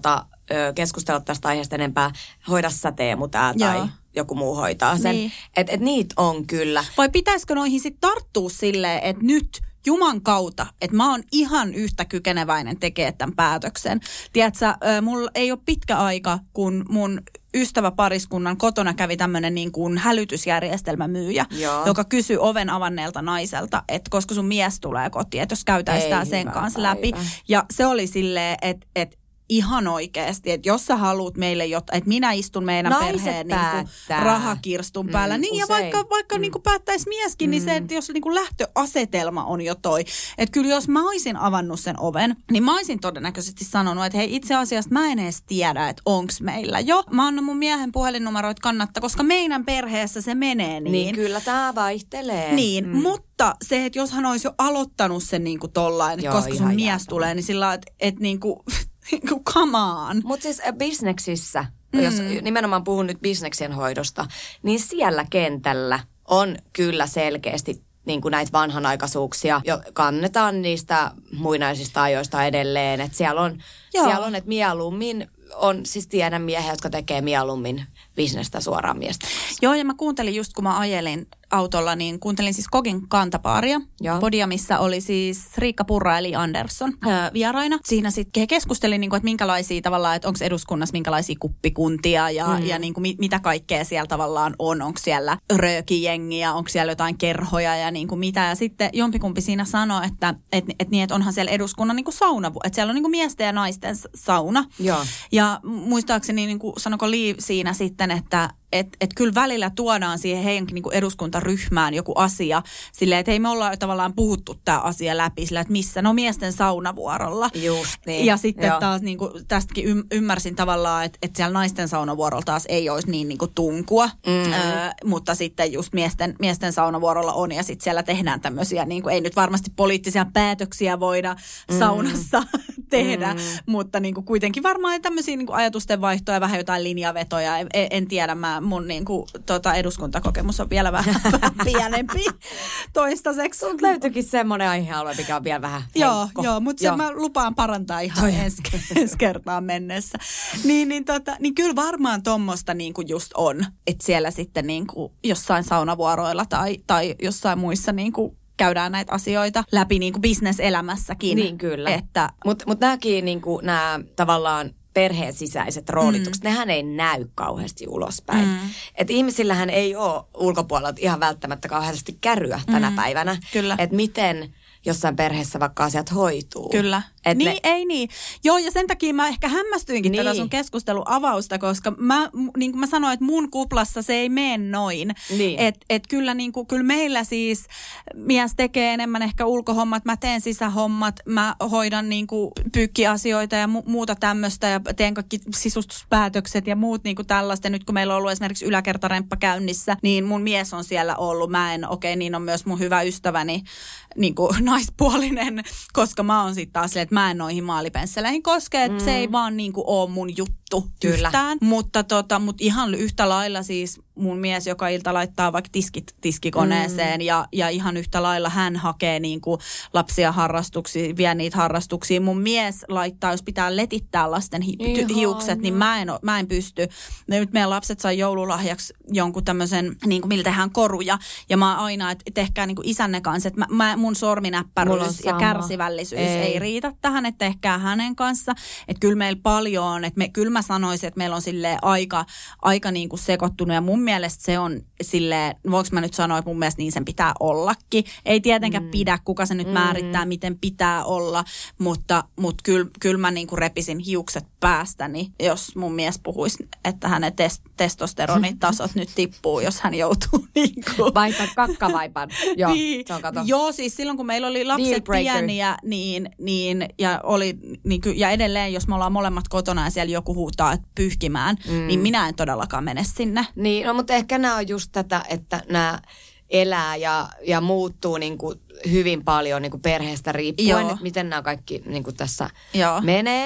ö, keskustella tästä aiheesta enempää. Hoida sä Teemu tää tai Joo. joku muu hoitaa sen. Niin. Että et niitä on kyllä. Vai pitäisikö noihin sitten tarttua silleen, että nyt Juman kautta, että mä oon ihan yhtä kykeneväinen tekemään tämän päätöksen. Tiedätkö, mulla ei ole pitkä aika, kun mun ystäväpariskunnan kotona kävi tämmöinen niin kuin hälytysjärjestelmämyyjä, Joo. joka kysyi oven avanneelta naiselta, että koska sun mies tulee kotiin, että jos käytäisi tää sen kanssa läpi. Ja se oli silleen, että et, ihan oikeasti, että jos sä haluat meille jotain, että minä istun meidän Naiset perheen niin kuin rahakirstun Mm, päällä. Niin ja usein. vaikka, vaikka Mm. niin kuin päättäisi mieskin, niin se, että jos niin kuin lähtöasetelma on jo toi. Että kyllä jos mä olisin avannut sen oven, niin mä olisin todennäköisesti sanonut, että hei itse asiassa mä en edes tiedä, että onks meillä jo. Mä annan mun miehen puhelinnumeroit kannattaa, koska meidän perheessä se menee niin. Niin kyllä tää vaihtelee. Niin, mm. mutta se, että jos hän olisi jo aloittanut sen niin kuin tollain, Joo, koska sun ihan mies jäätävä. tulee, niin sillä että et niin kuin come on. Mutta siis äh, bisneksissä, Mm. jos nimenomaan puhun nyt bisneksien hoidosta, niin siellä kentällä on kyllä selkeästi niin kuin näitä vanhanaikaisuuksia. Jo kannetaan niistä muinaisista ajoista edelleen. Että siellä on, siellä on, että mieluummin on, siis tiedän miehiä, jotka tekee mieluummin bisnestä suoraan miestä. Joo, ja mä kuuntelin just, kun mä ajelin autolla, niin kuuntelin siis Kogin kantapaaria. Joo. Podia, missä oli siis Riikka Purra eli Andersson öö, vieraina. Siinä sitten he keskustelivat, niin kuin, että minkälaisia tavallaan, että onko eduskunnassa minkälaisia kuppikuntia ja, mm. ja niin kuin, mit, mitä kaikkea siellä tavallaan on. Onko siellä röökijengiä, onko siellä jotain kerhoja ja niin kuin mitä. Ja sitten jompikumpi siinä sanoi, että et, et niin, että onhan siellä eduskunnan niin kuin sauna, että siellä on niin kuin miesten ja naisten sauna. Joo. Ja muistaakseni niin kuin sanoko Liiv siinä sitten, että Että et kyllä välillä tuodaan siihen heidänkin niinku eduskuntaryhmään joku asia silleen, että hei me ollaan jo tavallaan puhuttu tämä asia läpi sillä, että missä, no miesten saunavuorolla. Just niin. Ja sitten Joo. taas niinku, tästäkin ym- ymmärsin tavallaan, että et siellä naisten saunavuorolla taas ei olisi niin niinku tunkua, Mm-hmm. öö, mutta sitten just miesten, miesten saunavuorolla on ja sitten siellä tehdään tämmöisiä, niinku, ei nyt varmasti poliittisia päätöksiä voida mm-hmm. saunassa tehdä, mm-hmm. mutta niinku kuitenkin varmaan tämmöisiä niinku ajatusten vaihtoja, vähän jotain linjavetoja, en, en tiedä, mä mun niinku, tota, eduskuntakokemus on vielä vähän, vähän pienempi toistaiseksi. Sulta löytyykin semmoinen aihealue, mikä on vielä vähän Joo, heikko. joo, mutta sen mä lupaan parantaa ihan ensi, ensi kertaan mennessä. Niin, niin, tota, niin kyllä varmaan tommoista niinku just on, että siellä sitten niinku jossain saunavuoroilla tai, tai jossain muissa niinku käydään näitä asioita läpi niinku bisneselämässäkin. Niin kyllä. Että, Mutta mut nämäkin niinku, nämä tavallaan perheen sisäiset roolitukset, mm. nehän ei näy kauheasti ulospäin. Mm. Että ihmisillähän ei ole ulkopuolelta ihan välttämättä kauheasti käryä tänä mm. päivänä. Kyllä. Että miten jossain perheessä vaikka asiat hoituu. Kyllä. Et niin, ne... ei niin. Joo, ja sen takia mä ehkä hämmästyinkin niin. tätä sun keskustelun avausta, koska mä, niin kuin mä sanoin, että mun kuplassa se ei mene noin. Niin. Että et kyllä, niin kuin, kyllä meillä siis mies tekee enemmän ehkä ulkohommat, mä teen sisähommat, mä hoidan niin kuin pyykkiasioita ja mu- muuta tämmöistä ja teen kaikki sisustuspäätökset ja muut niin kuin tällaista. Ja nyt kun meillä on ollut esimerkiksi yläkertaremppa käynnissä, niin mun mies on siellä ollut. Mä en, okei, okay, niin on myös mun hyvä ystäväni, niin kuin naispuolinen, koska mä oon sitten taas, että mä en noihin maalipensseleihin koske, että mm. se ei vaan niin kuin ole mun juttu Kyllä. yhtään. Mutta tota, mut ihan yhtä lailla siis mun mies joka ilta laittaa vaikka tiskit tiskikoneeseen mm. ja, ja ihan yhtä lailla hän hakee niin kuin lapsia harrastuksiin, vie niitä harrastuksiin. Mun mies laittaa, jos pitää letittää lasten hi- ty- hiukset, niin mä en, mä en pysty. Ja nyt meidän lapset sai joululahjaksi jonkun tämmöisen, niin kuin millä tehdään koruja. Ja mä aina, että tehkää niin kuin isänne kanssa, että mä, mä, mun sorminäppäryys ja kärsivällisyys ei. ei riitä tähän, että tehkää hänen kanssa. Että kyllä meillä paljon on, että me, kyllä mä sanoisin, että meillä on silleen aika, aika niin kuin sekoittunut ja mun mielestä se on silleen, voinko mä nyt sanoa, että mun mielestä niin sen pitää ollakin. Ei tietenkään mm. pidä, kuka se nyt mm. määrittää, miten pitää olla, mutta, mutta kyllä, kyllä mä niin kuin repisin hiukset päästäni, jos mun mies puhuisi, että hänen tes, testosteronitasot nyt tippuu, jos hän joutuu niin kuin... Vaihtaa kakkavaipan. Joo, niin. se on kato. Joo, siis silloin kun meillä oli lapset pieniä, niin, niin, ja, oli, niin, ja edelleen, jos me ollaan molemmat kotona ja siellä joku huutaa, että pyyhkimään, mm. niin minä en todellakaan mene sinne. Niin, no mutta ehkä nämä on just tätä, että nämä elää ja, ja muuttuu niin kuin hyvin paljon niin kuin perheestä riippuen, että miten nämä kaikki niin kuin tässä Joo. menee.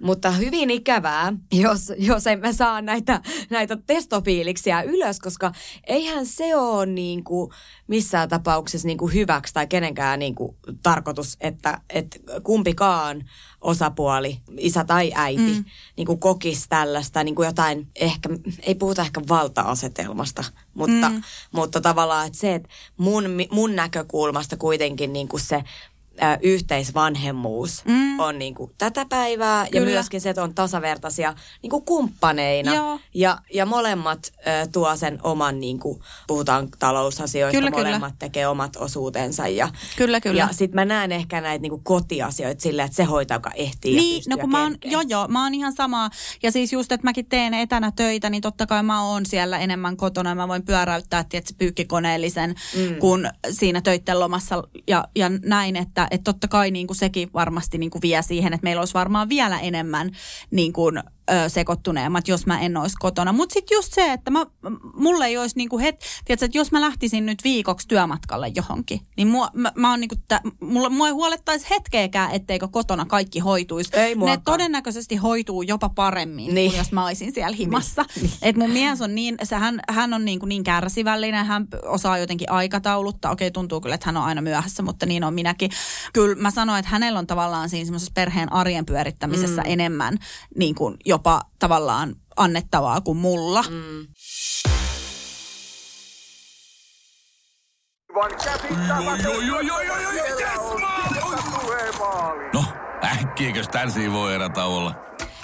Mutta hyvin ikävää, jos, jos emme saa näitä, näitä testofiiliksiä ylös, koska eihän se ole niin kuin missään tapauksessa niin kuin hyväksi tai kenenkään niin kuin tarkoitus, että, että kumpikaan osapuoli, isä tai äiti, mm. niin kuin kokisi tällaista niin kuin jotain, ehkä, ei puhuta ehkä valta-asetelmasta, mutta, mm. mutta tavallaan että se, että mun, mun näkökulmasta kuitenkin niin kuin se Ö, yhteisvanhemmuus mm. on niin kuin tätä päivää. Kyllä. Ja myöskin se, että on tasavertaisia niin kuin kumppaneina. Ja, ja molemmat ö, tuo sen oman, niin kuin, puhutaan talousasioista, kyllä, molemmat kyllä. tekee omat osuutensa. Ja, kyllä, kyllä. Ja sitten mä näen ehkä näitä niin kuin kotiasioita silleen, että se hoitaa, joka ehtii niin, ja pystyy no kun mä oon, joo, joo, mä oon ihan sama. Ja siis just, että mäkin teen etänä töitä, niin totta kai mä oon siellä enemmän kotona. Mä voin pyöräyttää, tietysti pyykkikoneellisen, mm. kun siinä töitten lomassa ja, ja näin, että että totta kai niin kuin sekin varmasti niin kuin vie siihen, että meillä olisi varmaan vielä enemmän niin kuin, ö, sekoittuneemmat, jos mä en olisi kotona. Mutta sitten just se, että mä, mulle ei olisi niin kuin het, tiedätkö, että jos mä lähtisin nyt viikoksi työmatkalle johonkin, niin mua, mä, mä oon niin kuin, tä, mulla, mua ei huolettaisi hetkeäkään, etteikö kotona kaikki hoituisi. Ei muakaan. Ne todennäköisesti hoituu jopa paremmin, niin. kuin jos mä olisin siellä himassa. Niin. Että mun mies on niin, se, hän, hän on niin, kuin niin kärsivällinen, hän osaa jotenkin aikatauluttaa. Okei, tuntuu kyllä, että hän on aina myöhässä, mutta niin on minäkin. Kyllä mä sanoin, että hänellä on tavallaan siinä semmoisessa perheen arjen pyörittämisessä mm. enemmän niin kuin jopa tavallaan annettavaa kuin mulla. Mm. No, äkkiäkös tän voi erätä olla?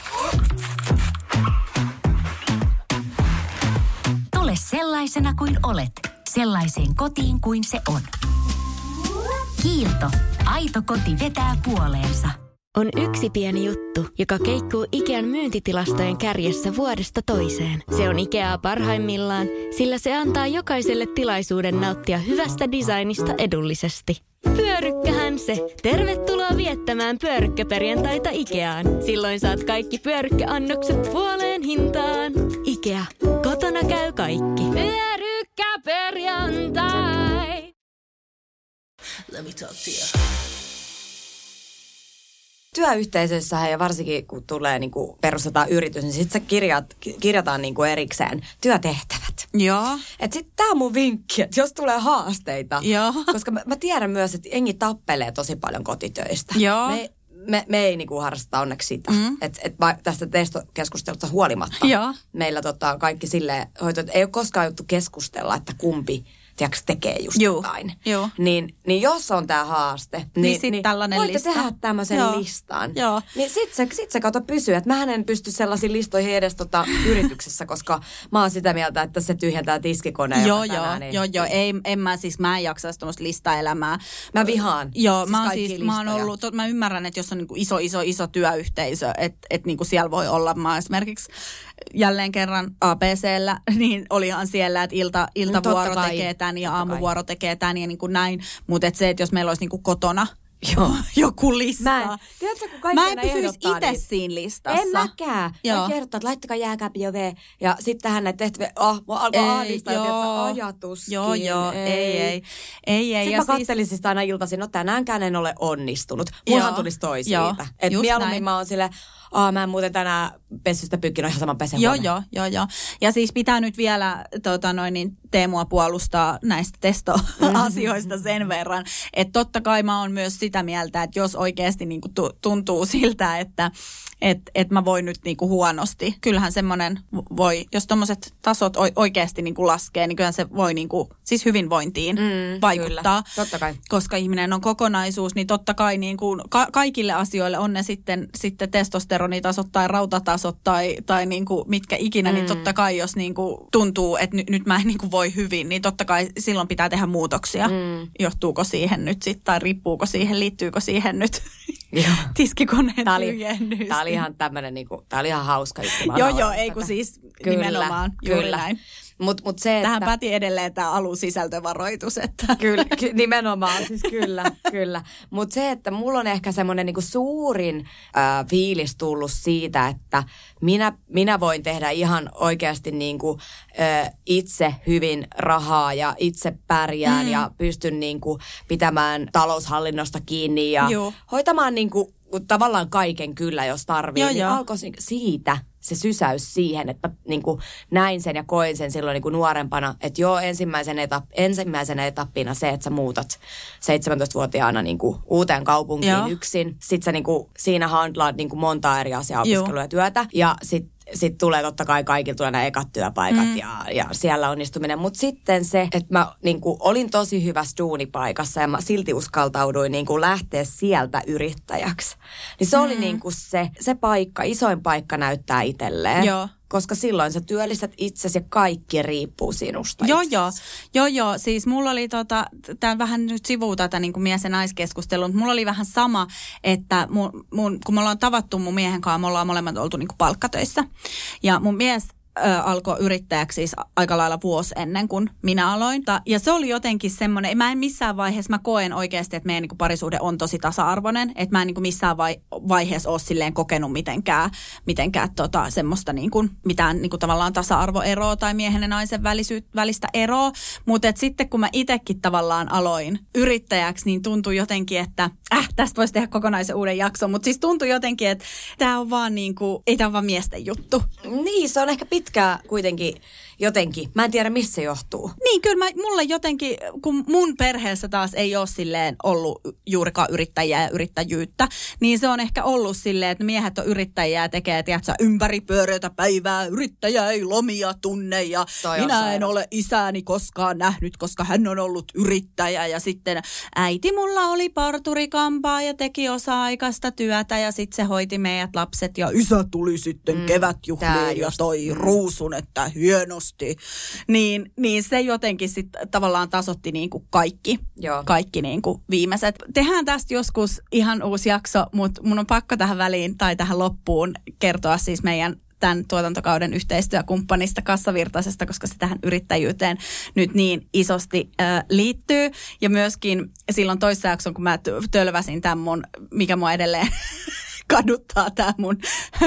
Tule sellaisena kuin olet, sellaiseen kotiin kuin se on. Kiilto. Aito koti vetää puoleensa. On yksi pieni juttu, joka keikkuu Ikean myyntitilastojen kärjessä vuodesta toiseen. Se on Ikeaa parhaimmillaan, sillä se antaa jokaiselle tilaisuuden nauttia hyvästä designista edullisesti. Pyörykkähän se! Tervetuloa viettämään pyörykkäperjantaita Ikeaan. Silloin saat kaikki pyörykkäannokset puoleen hintaan. Ikea. Kotona käy kaikki. Pyörykkäperjantai! Let me talk to you. Työyhteisössä ja varsinkin kun tulee niin kuin perustetaan yritys, niin sitten kirjat, kirjataan niin kuin erikseen työtehtävät. Joo. Että sitten tämä on mun vinkki, että jos tulee haasteita, joo. koska mä, mä tiedän myös, että jengi tappelee tosi paljon kotitöistä. Joo. Me, me, me ei niin kuin harrasta onneksi sitä, mm. että et tästä testokeskustelusta huolimatta joo. meillä tota, kaikki silleen hoito, että ei ole koskaan juttu keskustella, että kumpi tiiäks, tekee just Juu, jotain. Juu. Niin, niin jos on tämä haaste, niin, niin, sit niin tällainen voitte lista. Tehdä tämmöisen Joo. listan. Joo. Niin sit se, sit se kato pysyy, että mähän en pysty sellaisiin listoihin edes tota yrityksessä, koska mä oon sitä mieltä, että se tyhjentää tiskikoneen. Joo, joo, tänään, niin, joo, joo. Ei, en mä siis, mä en jaksa semmoista listaelämää. Mä vihaan. Joo, siis mä oon siis, listoja. mä oon ollut, to, mä ymmärrän, että jos on niinku iso, iso, iso työyhteisö, että et niinku siellä voi olla, mä esimerkiksi jälleen kerran A B C:llä, niin olihan siellä, että ilta, iltavuoro no, tekee tämän ja aamuvuoro tekee tämän ja niin kuin näin. Mutta et se, että jos meillä olisi niin kuin kotona Joo. joku lista. Mä en, tiedätkö, kun mä en pysyisi itse siinä listassa. En mäkään. Mä kerrotaan, että laittakaa jääkääppi oveen. Ja sitten tähän näitä tehtäviä, oh, mä alkoi ahdistaa, että ajatuskin. Joo, joo, ei, ei. ei, ei, ei. Sitten mä katselisin siis sitä aina iltaisin, no tänäänkään en ole onnistunut. Mullahan tulisi toi siitä. Että mieluummin näin. Mä oon silleen, oh, mä en muuten tänään pessystä pyykkin, on ihan sama pesenhuone. Joo, joo, joo, joo. Ja siis pitää nyt vielä tota noin, niin Teemua puolustaa näistä testoasioista sen verran, että totta kai mä oon myös sitä mieltä, että jos oikeasti niin kuin tuntuu siltä, että että et mä voin nyt niinku huonosti. Kyllähän semmoinen voi, jos tommoset tasot oikeasti niinku laskee, niin kyllähän se voi niinku, siis hyvinvointiin mm, vaikuttaa. Kyllä, totta kai. Koska ihminen on kokonaisuus, niin totta kai niinku ka- kaikille asioille on ne sitten, sitten testosteronitasot tai rautatasot tai, tai niinku mitkä ikinä, mm. niin totta kai jos niinku tuntuu, että n- nyt mä en niinku voi hyvin, niin totta kai silloin pitää tehdä muutoksia. Mm. Johtuuko siihen nyt sitten tai riippuuko siihen, liittyykö siihen nyt tiskikoneen tyhjennys. Tämä oli ihan tämmöinen, niinku, tämä oli ihan hauska juttu. Joo, joo, ei kun siis kyllä, nimenomaan juuri kyllä. näin. Mut, mut se, Tähän että päti edelleen tämä alun sisältövaroitus. Että. Kyllä, ky- nimenomaan, siis kyllä, kyllä. Mutta se, että mulla on ehkä semmoinen niinku suurin äh, fiilis tullut siitä, että minä, minä voin tehdä ihan oikeasti niinku, äh, itse hyvin rahaa ja itse pärjään mm. ja pystyn niinku pitämään taloushallinnosta kiinni ja Joo. hoitamaan niinku tavallaan kaiken kyllä, jos tarvii. Joo, niin joo. alkoi siitä se sysäys siihen, että niin kuin näin sen ja koin sen silloin niin kuin nuorempana, että joo, ensimmäisen etap, ensimmäisenä etappina se, että sä muutat seitsemäntoistavuotiaana niin kuin uuteen kaupunkiin joo. yksin. Sitten sä niin kuin, siinä handlaat niin kuin monta eri asiaa, opiskelua ja työtä. Ja sitten sitten tulee totta kai kaikilla tulee nämä ekat työpaikat mm. ja, ja siellä onnistuminen. Mutta sitten se, että mä niin kuin, olin tosi hyvässä duunipaikassa ja mä silti uskaltauduin niin kuin, lähteä sieltä yrittäjäksi. Niin se mm. oli niin kuin se, se paikka, isoin paikka näyttää itselleen. Joo. Koska silloin sä työllistät itsesi ja kaikki riippuu sinusta. Joo, joo. Joo, joo. Siis mulla oli tota, tää vähän nyt sivuu tätä niin kuin mies- ja naiskeskustelua, mutta mulla oli vähän sama, että mun, mun, kun me ollaan tavattu mun miehen kanssa, me ollaan molemmat oltu niin kuin palkkatöissä. Ja mun mies Ö, alkoi yrittäjäksi siis aika lailla vuosi ennen kuin minä aloin. Ja se oli jotenkin semmoinen, mä en missään vaiheessa, mä koen oikeasti, että meidän niin kuin parisuhde on tosi tasa-arvoinen. Että mä en niin kuin missään vai, vaiheessa ole silleen kokenut mitenkään, mitenkään tota, semmoista niin kuin, mitään niin kuin tavallaan tasa-arvoeroa tai miehen ja naisen välisy, välistä eroa. Mutta sitten kun mä itsekin tavallaan aloin yrittäjäksi, niin tuntui jotenkin, että äh, tästä voisi tehdä kokonaisen uuden jakson. Mutta siis tuntui jotenkin, että tää on vaan niin kuin, ei tää ole vaan miesten juttu. Niin, se on ehkä pitkä. Pitkää kuitenkin jotenkin. Mä en tiedä, missä se johtuu. Niin, kyllä mä, mulle jotenkin, kun mun perheessä taas ei ole silleen ollut juurikaan yrittäjiä ja yrittäjyyttä, niin se on ehkä ollut silleen, että miehet on yrittäjiä ja tekee, tiedätkö, ympäripyöreitä päivää, yrittäjä ei lomia tunne ja Toi minä en ole isääni koskaan nähnyt, koska hän on ollut yrittäjä ja sitten äiti mulla oli parturikampaa ja teki osa-aikaista työtä ja sitten se hoiti meidät lapset ja isä tuli sitten mm, kevätjuhliin ja toi mm. ruusun, että hienosti. Niin, niin se jotenkin sitten tavallaan tasotti niin kuin kaikki, Joo. kaikki niin kuin viimeiset. Tehdään tästä joskus ihan uusi jakso, mutta mun on pakko tähän väliin tai tähän loppuun kertoa siis meidän tämän tuotantokauden yhteistyökumppanista Kassavirtasesta, koska se tähän yrittäjyyteen nyt niin isosti äh, liittyy. Ja myöskin silloin toissa jakson, kun mä tölväsin tämän mun, mikä mua edelleen kaduttaa tämä mun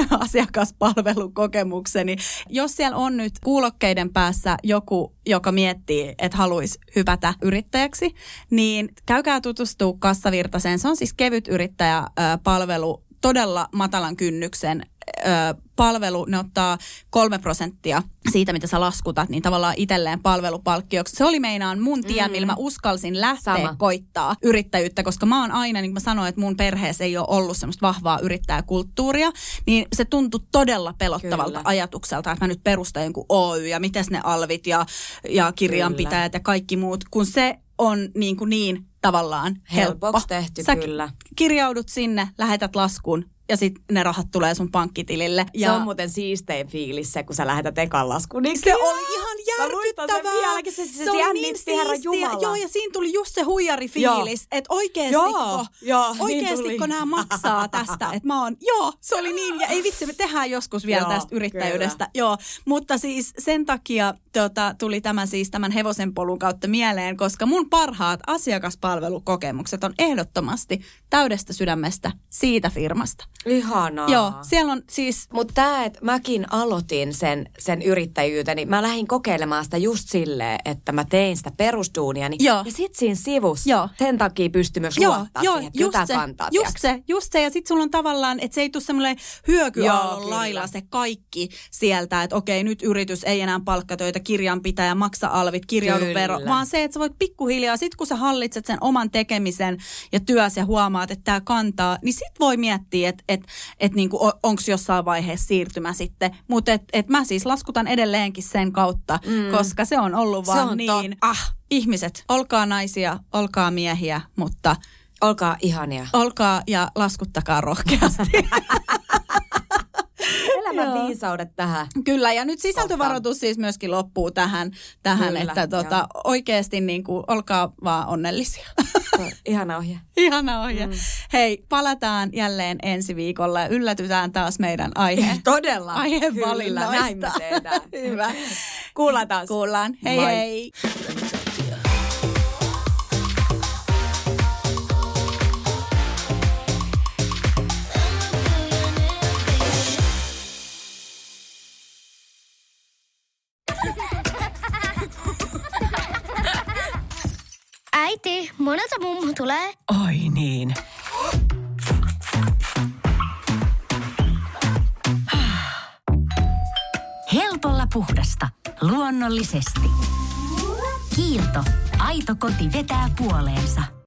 asiakaspalvelukokemukseni. Jos siellä on nyt kuulokkeiden päässä joku, joka miettii, että haluaisi hypätä yrittäjäksi, niin käykää tutustua Kassavirtaseen. Se on siis kevyt yrittäjäpalvelu, todella matalan kynnyksen ö, palvelu. Ne ottaa kolme prosenttia siitä, mitä sä laskutat, niin tavallaan itselleen palvelupalkkioksi. Se oli meinaan mun tie, mm. millä mä uskalsin lähteä Sama. koittaa yrittäjyyttä, koska mä oon aina, niin kuin mä sanoin, että mun perheessä ei ole ollut semmoista vahvaa yrittäjäkulttuuria, niin se tuntui todella pelottavalta Kyllä. ajatukselta, että mä nyt perustan jonkun Oy ja mites ne alvit ja, ja kirjanpitäjät Kyllä. ja kaikki muut, kun se on niin, kuin niin tavallaan helppo. Helpoksi tehty, Sä kyllä. kirjaudut sinne, lähetät laskun ja sitten ne rahat tulee sun pankkitilille. Ja se on muuten siistein fiilis se, kun sä lähetät ekan laskun. Niin se kyllä. oli ihan järkyttävää. Vieläkin, se, se, se oli niin Herra Jumala. Joo, ja siinä tuli just se huijarifiilis, että oikeestiko, joo, oikeestiko niin nämä maksaa tästä. Että mä oon, joo, se oli niin. Ja ei vitsi, me tehdään joskus vielä joo, tästä yrittäjyydestä. Kyllä. Joo, mutta siis sen takia tota, tuli tämä siis tämän hevosen polun kautta mieleen, koska mun parhaat asiakaspalvelukokemukset on ehdottomasti täydestä sydämestä siitä firmasta. Ihanaa. Joo, siellä on siis... Mutta tämä, että mäkin aloitin sen, sen yrittäjyyteni, mä lähdin kokeilemaan sitä just silleen, että mä tein sitä perusduuniani. Joo. Ja sit siinä sivussa Joo. sen takia pystyi myös Joo, luottaa joo, siihen, että jotain se, kantaa. Just tiiäks. se, just se. Ja sit sulla on tavallaan, että se ei tule semmoinen hyökyaallon lailla se kaikki sieltä, että okei, nyt yritys ei enää palkkatöitä, kirjanpitäjä, maksa alvit, kirjaudu vero, vaan se, että sä voit pikkuhiljaa, sit kun sä hallitset sen oman tekemisen ja työs ja huomaat, että tää kantaa, niin sit voi miettiä, että et, et niinku, onko jossain vaiheessa siirtymä sitten. Mutta et, et mä siis laskutan edelleenkin sen kautta, mm. koska se on ollut vaan on niin, to- ah, ihmiset, olkaa naisia, olkaa miehiä, mutta... Olkaa ihania. Olkaa ja laskuttakaa rohkeasti. Elämän viisaudet tähän. Kyllä, ja nyt sisältövaroitus siis myöskin loppuu tähän, tähän Kyllä, että tota, oikeasti niin kuin, olkaa vaan onnellisia. Ihana ohje. Ihana ohje. Mm. Hei, palataan jälleen ensi viikolla ja yllätytään taas meidän aihe. Todella. Aihevalinnoista. Näin me tehdään. Hyvä. Kuullaan taas. Kuullaan. Hei Moi. hei. Äiti, monelta mummu tulee? Oi niin. puhdasta. Luonnollisesti. Kiilto. Aito koti vetää puoleensa.